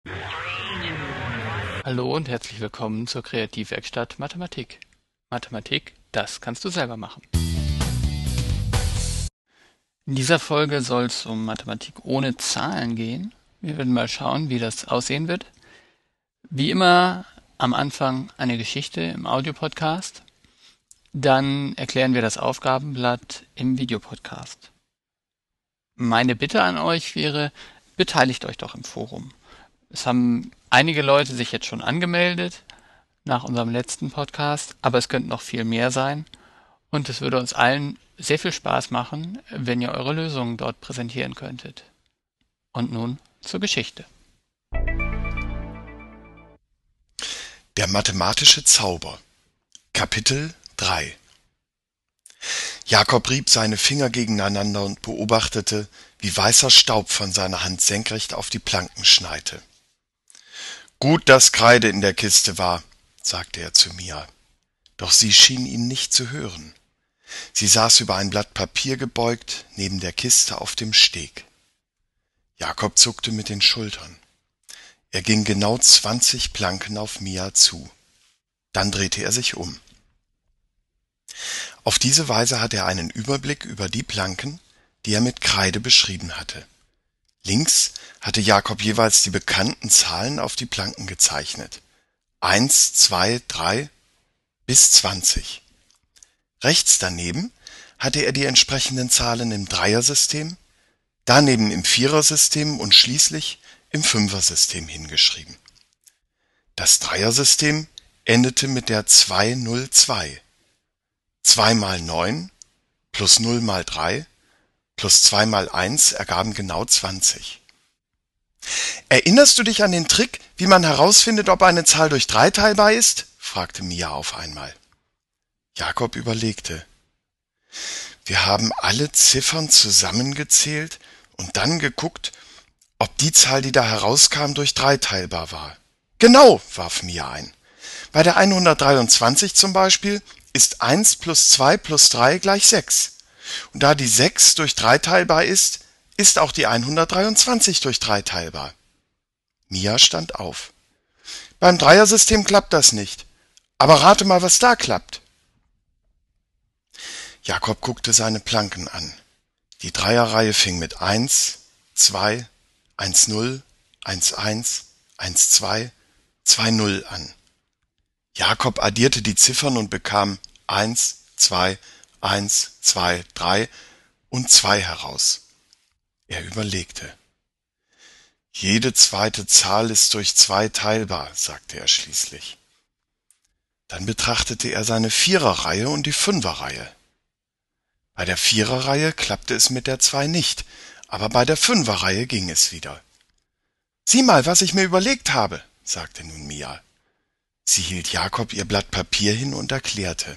Hallo und herzlich willkommen zur Kreativwerkstatt Mathematik. Mathematik, das kannst du selber machen. In dieser Folge soll es um Mathematik ohne Zahlen gehen. Wir werden mal schauen, wie das aussehen wird. Wie immer am Anfang eine Geschichte im Audiopodcast. Dann erklären wir das Aufgabenblatt im Videopodcast. Meine Bitte an euch wäre, beteiligt euch doch im Forum. Es haben einige Leute sich jetzt schon angemeldet nach unserem letzten Podcast, aber es könnten noch viel mehr sein. Und es würde uns allen sehr viel Spaß machen, wenn ihr eure Lösungen dort präsentieren könntet. Und nun zur Geschichte. Der mathematische Zauber. Kapitel 3. Jakob rieb seine Finger gegeneinander und beobachtete, wie weißer Staub von seiner Hand senkrecht auf die Planken schneite. »Gut, dass Kreide in der Kiste war«, sagte er zu Mia. Doch sie schien ihn nicht zu hören. Sie saß über ein Blatt Papier gebeugt, neben der Kiste auf dem Steg. Jakob zuckte mit den Schultern. Er ging genau 20 Planken auf Mia zu. Dann drehte er sich um. Auf diese Weise hatte er einen Überblick über die Planken, die er mit Kreide beschrieben hatte. Links hatte Jakob jeweils die bekannten Zahlen auf die Planken gezeichnet. 1, 2, 3 bis 20. Rechts daneben hatte er die entsprechenden Zahlen im Dreiersystem, daneben im Vierersystem und schließlich im Fünfersystem hingeschrieben. Das Dreiersystem endete mit der 202. 2 mal 9 plus 0 mal 3 plus 2 mal 1 ergaben genau 20. »Erinnerst du dich an den Trick, wie man herausfindet, ob eine Zahl durch 3 teilbar ist?« fragte Mia auf einmal. Jakob überlegte. »Wir haben alle Ziffern zusammengezählt und dann geguckt, ob die Zahl, die da herauskam, durch 3 teilbar war.« »Genau«, warf Mia ein. »Bei der 123 zum Beispiel ist 1 plus 2 plus 3 gleich 6. Und da die 6 durch 3 teilbar ist, ist auch die 123 durch 3 teilbar.« Mia stand auf. »Beim Dreiersystem klappt das nicht. Aber rate mal, was da klappt.« Jakob guckte seine Planken an. Die Dreierreihe fing mit 1, 2, 1, 0, 1, 1, 1, 2, 2, 0 an. Jakob addierte die Ziffern und bekam 1, 2, 1, 2, 3 und 2 heraus. Er überlegte. »Jede zweite Zahl ist durch 2 teilbar«, sagte er schließlich. Dann betrachtete er seine Viererreihe und die Fünferreihe. Bei der Viererreihe klappte es mit der 2 nicht, aber bei der Fünferreihe ging es wieder. »Sieh mal, was ich mir überlegt habe«, sagte nun Mia. Sie hielt Jakob ihr Blatt Papier hin und erklärte.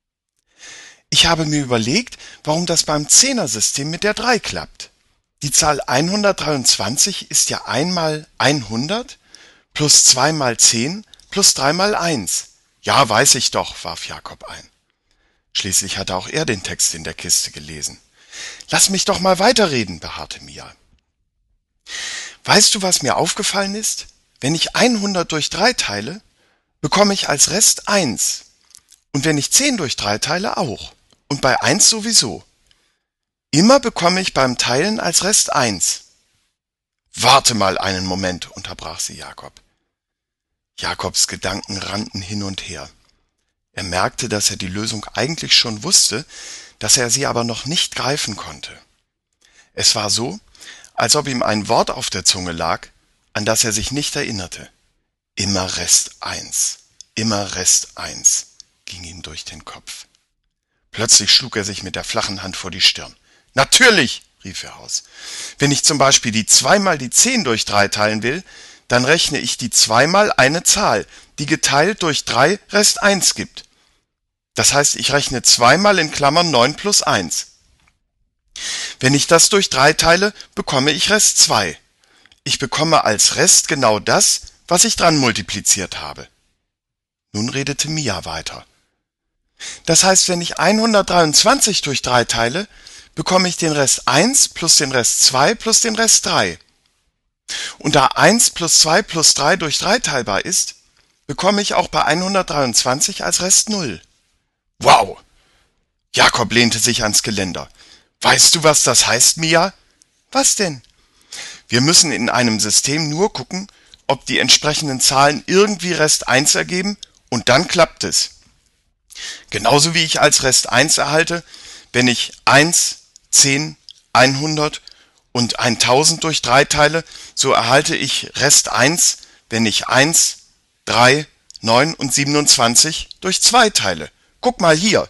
»Ich habe mir überlegt, warum das beim Zehnersystem mit der 3 klappt. Die Zahl 123 ist ja 1 mal 100 plus 2 mal 10 plus 3 mal 1. »Ja, weiß ich doch«, warf Jakob ein. Schließlich hatte auch er den Text in der Kiste gelesen. »Lass mich doch mal weiterreden«, beharrte Mia. »Weißt du, was mir aufgefallen ist? Wenn ich 100 durch 3 teile, bekomme ich als Rest 1. Und wenn ich 10 durch 3 teile, auch. Und bei 1 sowieso. Immer bekomme ich beim Teilen als Rest 1. »Warte mal einen Moment«, unterbrach sie Jakob. Jakobs Gedanken rannten hin und her. Er merkte, dass er die Lösung eigentlich schon wusste, dass er sie aber noch nicht greifen konnte. Es war so, als ob ihm ein Wort auf der Zunge lag, an das er sich nicht erinnerte. Immer Rest 1, immer Rest 1, ging ihm durch den Kopf. Plötzlich schlug er sich mit der flachen Hand vor die Stirn. »Natürlich«, rief er aus. »Wenn ich zum Beispiel die 2 mal die 10 durch 3 teilen will, dann rechne ich die 2 mal eine Zahl, die geteilt durch 3 Rest 1 gibt. Das heißt, ich rechne 2 mal in Klammern 9 plus 1. Wenn ich das durch 3 teile, bekomme ich Rest 2. Ich bekomme als Rest genau das, was ich dran multipliziert habe.« Nun redete Mia weiter. »Das heißt, wenn ich 123 durch 3 teile, bekomme ich den Rest 1 plus den Rest 2 plus den Rest 3. Und da 1 plus 2 plus 3 durch 3 teilbar ist, bekomme ich auch bei 123 als Rest 0. Wow! Jakob lehnte sich ans Geländer. Weißt du, was das heißt, Mia? Was denn? Wir müssen in einem System nur gucken, ob die entsprechenden Zahlen irgendwie Rest 1 ergeben, und dann klappt es. Genauso wie ich als Rest 1 erhalte, wenn ich 1, 10, 100 und 1000 durch 3 teile, so erhalte ich Rest 1, wenn ich 1, 3, 9 und 27 durch 2 teile. Guck mal hier.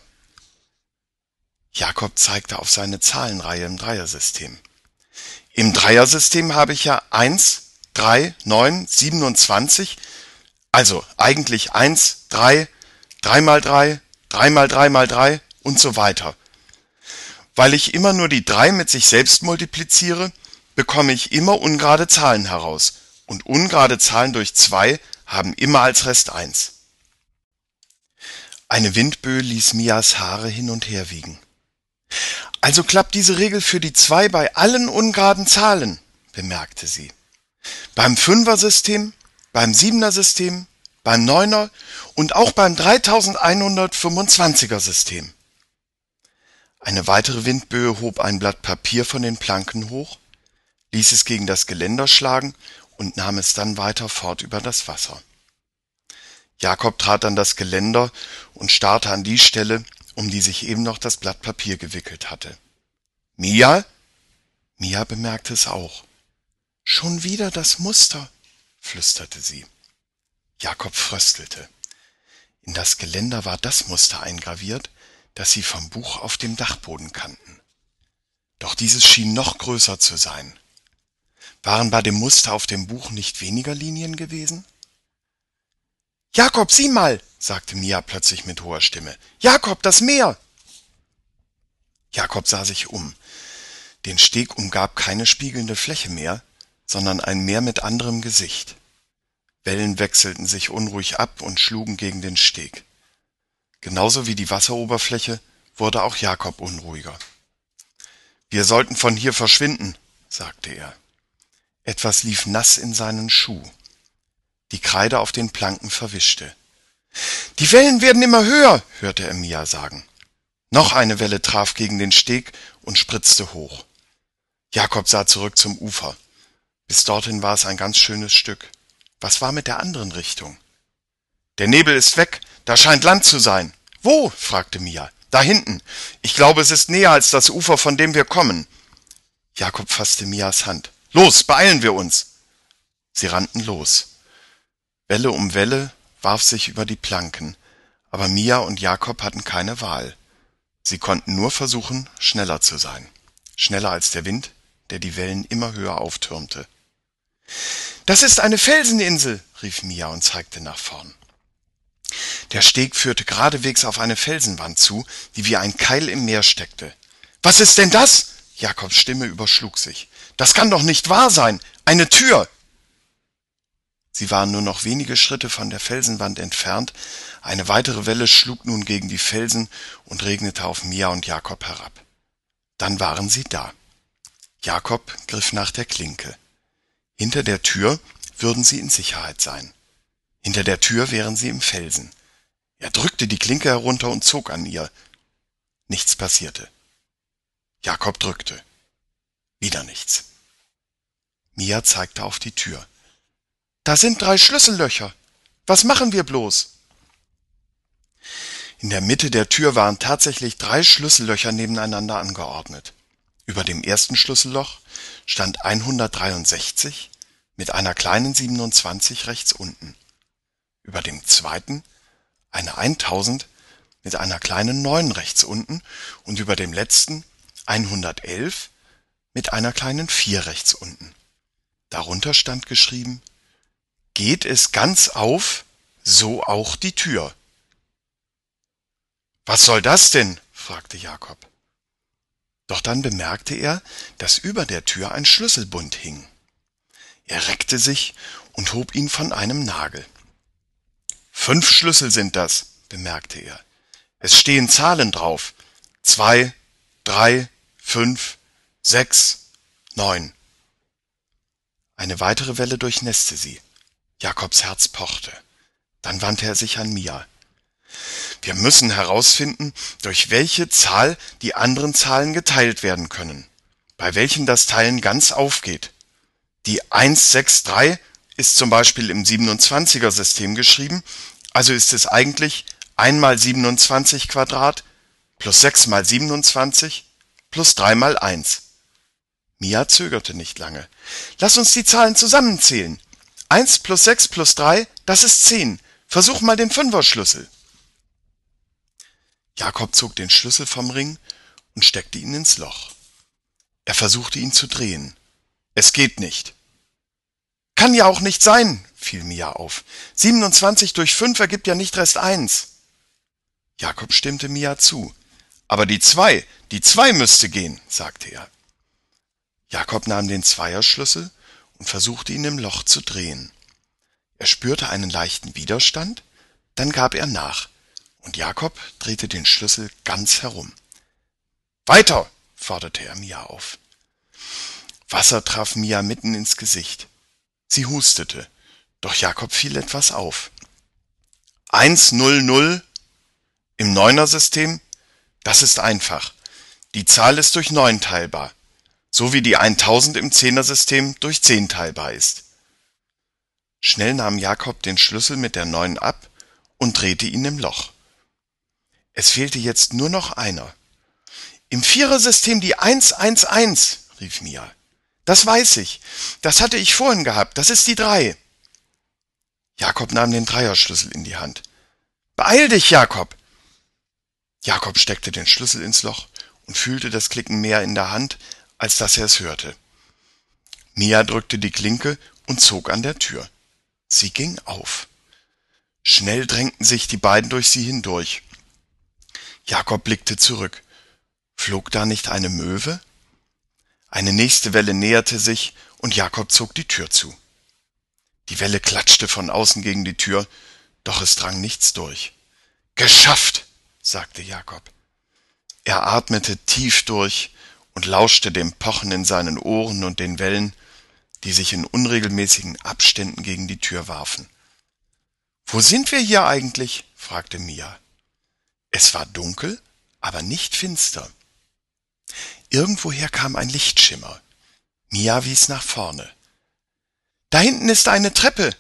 Jakob zeigte auf seine Zahlenreihe im Dreiersystem. Im Dreiersystem habe ich ja 1, 3, 9, 27, also eigentlich 1, 3, 3 mal 3, 3 mal 3 mal 3 und so weiter. Weil ich immer nur die 3 mit sich selbst multipliziere, bekomme ich immer ungerade Zahlen heraus. Und ungerade Zahlen durch 2 haben immer als Rest 1. Eine Windböe ließ Mias Haare hin und her wiegen. Also klappt diese Regel für die 2 bei allen ungeraden Zahlen, bemerkte sie. Beim Fünfer-System, beim Siebener-System, beim Neuner und auch beim 3125er-System. Eine weitere Windböe hob ein Blatt Papier von den Planken hoch, ließ es gegen das Geländer schlagen und nahm es dann weiter fort über das Wasser. Jakob trat an das Geländer und starrte an die Stelle, um die sich eben noch das Blatt Papier gewickelt hatte. »Mia?« Mia bemerkte es auch. »Schon wieder das Muster«, flüsterte sie. Jakob fröstelte. In das Geländer war das Muster eingraviert, das sie vom Buch auf dem Dachboden kannten. Doch dieses schien noch größer zu sein. Waren bei dem Muster auf dem Buch nicht weniger Linien gewesen? »Jakob, sieh mal«, sagte Mia plötzlich mit hoher Stimme. »Jakob, das Meer!« Jakob sah sich um. Den Steg umgab keine spiegelnde Fläche mehr, sondern ein Meer mit anderem Gesicht. Wellen wechselten sich unruhig ab und schlugen gegen den Steg. Genauso wie die Wasseroberfläche wurde auch Jakob unruhiger. »Wir sollten von hier verschwinden«, sagte er. Etwas lief nass in seinen Schuh. Die Kreide auf den Planken verwischte. »Die Wellen werden immer höher«, hörte er Mia sagen. Noch eine Welle traf gegen den Steg und spritzte hoch. Jakob sah zurück zum Ufer. Bis dorthin war es ein ganz schönes Stück. Was war mit der anderen Richtung? »Der Nebel ist weg, da scheint Land zu sein.« »Wo?« fragte Mia. »Da hinten. Ich glaube, es ist näher als das Ufer, von dem wir kommen.« Jakob fasste Mias Hand. »Los, beeilen wir uns!« Sie rannten los. Welle um Welle warf sich über die Planken, aber Mia und Jakob hatten keine Wahl. Sie konnten nur versuchen, schneller zu sein. Schneller als der Wind, der die Wellen immer höher auftürmte. »Das ist eine Felseninsel«, rief Mia und zeigte nach vorn. Der Steg führte geradewegs auf eine Felsenwand zu, die wie ein Keil im Meer steckte. »Was ist denn das?« Jakobs Stimme überschlug sich. »Das kann doch nicht wahr sein! Eine Tür!« Sie waren nur noch wenige Schritte von der Felsenwand entfernt. Eine weitere Welle schlug nun gegen die Felsen und regnete auf Mia und Jakob herab. Dann waren sie da. Jakob griff nach der Klinke. Hinter der Tür würden sie in Sicherheit sein. Hinter der Tür wären sie im Felsen. Er drückte die Klinke herunter und zog an ihr. Nichts passierte. Jakob drückte. Wieder nichts. Mia zeigte auf die Tür. »Da sind 3 Schlüssellöcher. Was machen wir bloß?« In der Mitte der Tür waren tatsächlich 3 Schlüssellöcher nebeneinander angeordnet. Über dem ersten Schlüsselloch stand 163 mit einer kleinen 27 rechts unten. Über dem zweiten eine 1000 mit einer kleinen 9 rechts unten und über dem letzten 111 mit einer kleinen 4 rechts unten. Darunter stand geschrieben: »Geht es ganz auf, so auch die Tür.« »Was soll das denn?« fragte Jakob. Doch dann bemerkte er, dass über der Tür ein Schlüsselbund hing. Er reckte sich und hob ihn von einem Nagel. 5 Schlüssel sind das, bemerkte er. Es stehen Zahlen drauf. 2, 3, 5, 6, 9. Eine weitere Welle durchnässte sie. Jakobs Herz pochte. Dann wandte er sich an Mia. Wir müssen herausfinden, durch welche Zahl die anderen Zahlen geteilt werden können, bei welchem das Teilen ganz aufgeht. Die 163 ist zum Beispiel im 27er-System geschrieben, also ist es eigentlich 1 mal 27 Quadrat plus 6 mal 27 plus 3 mal 1. Mia zögerte nicht lange. Lass uns die Zahlen zusammenzählen. 1 plus 6 plus 3, das ist 10. Versuch mal den Fünferschlüssel. Jakob zog den Schlüssel vom Ring und steckte ihn ins Loch. Er versuchte ihn zu drehen. Es geht nicht. Kann ja auch nicht sein, fiel Mia auf. 27 durch 5 ergibt ja nicht Rest 1. Jakob stimmte Mia zu. Aber die 2 müsste gehen, sagte er. Jakob nahm den Zweierschlüssel und versuchte ihn im Loch zu drehen. Er spürte einen leichten Widerstand, dann gab er nach, und Jakob drehte den Schlüssel ganz herum. Weiter, forderte er Mia auf. Wasser traf Mia mitten ins Gesicht. Sie hustete, doch Jakob fiel etwas auf. 100 im Neunersystem, das ist einfach. Die Zahl ist durch 9 teilbar, so wie die 1000 im Zehnersystem durch 10 teilbar ist. Schnell nahm Jakob den Schlüssel mit der 9 ab und drehte ihn im Loch. Es fehlte jetzt nur noch einer. Im Vierersystem die 111, rief Mia. Das weiß ich. Das hatte ich vorhin gehabt. Das ist die 3. Jakob nahm den Dreierschlüssel in die Hand. Beeil dich, Jakob! Jakob steckte den Schlüssel ins Loch und fühlte das Klicken mehr in der Hand, als dass er es hörte. Mia drückte die Klinke und zog an der Tür. Sie ging auf. Schnell drängten sich die beiden durch sie hindurch. Jakob blickte zurück. Flog da nicht eine Möwe? Eine nächste Welle näherte sich und Jakob zog die Tür zu. Die Welle klatschte von außen gegen die Tür, doch es drang nichts durch. Geschafft, sagte Jakob. Er atmete tief durch und lauschte dem Pochen in seinen Ohren und den Wellen, die sich in unregelmäßigen Abständen gegen die Tür warfen. »Wo sind wir hier eigentlich?« fragte Mia. Es war dunkel, aber nicht finster. Irgendwoher kam ein Lichtschimmer. Mia wies nach vorne. »Da hinten ist eine Treppe!«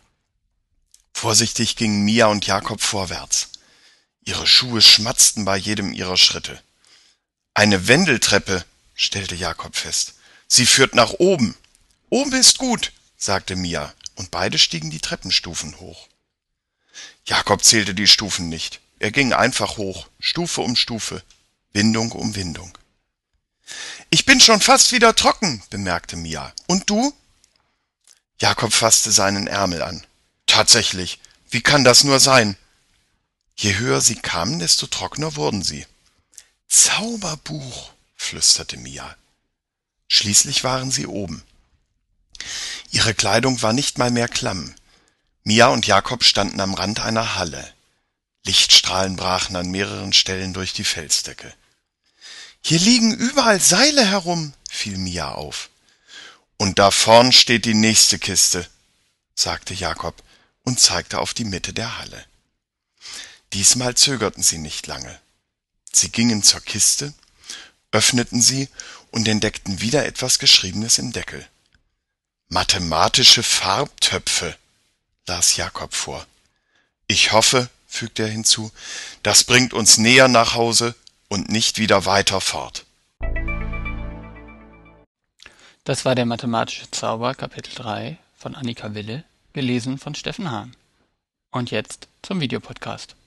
Vorsichtig gingen Mia und Jakob vorwärts. Ihre Schuhe schmatzten bei jedem ihrer Schritte. »Eine Wendeltreppe«, stellte Jakob fest. »Sie führt nach oben.« »Oben ist gut«, sagte Mia, und beide stiegen die Treppenstufen hoch. Jakob zählte die Stufen nicht. Er ging einfach hoch, Stufe um Stufe, Windung um Windung. »Ich bin schon fast wieder trocken«, bemerkte Mia. »Und du?« Jakob fasste seinen Ärmel an. »Tatsächlich, wie kann das nur sein?« Je höher sie kamen, desto trockener wurden sie. »Zauberbuch«, flüsterte Mia. Schließlich waren sie oben. Ihre Kleidung war nicht mal mehr klamm. Mia und Jakob standen am Rand einer Halle. Lichtstrahlen brachen an mehreren Stellen durch die Felsdecke. »Hier liegen überall Seile herum«, fiel Mia auf. »Und da vorn steht die nächste Kiste«, sagte Jakob und zeigte auf die Mitte der Halle. Diesmal zögerten sie nicht lange. Sie gingen zur Kiste, öffneten sie und entdeckten wieder etwas Geschriebenes im Deckel. »Mathematische Farbtöpfe«, las Jakob vor. »Ich hoffe«, fügte er hinzu, »das bringt uns näher nach Hause und nicht wieder weiter fort.« Das war der mathematische Zauber, Kapitel 3 von Annika Wille, gelesen von Steffen Hahn. Und jetzt zum Videopodcast.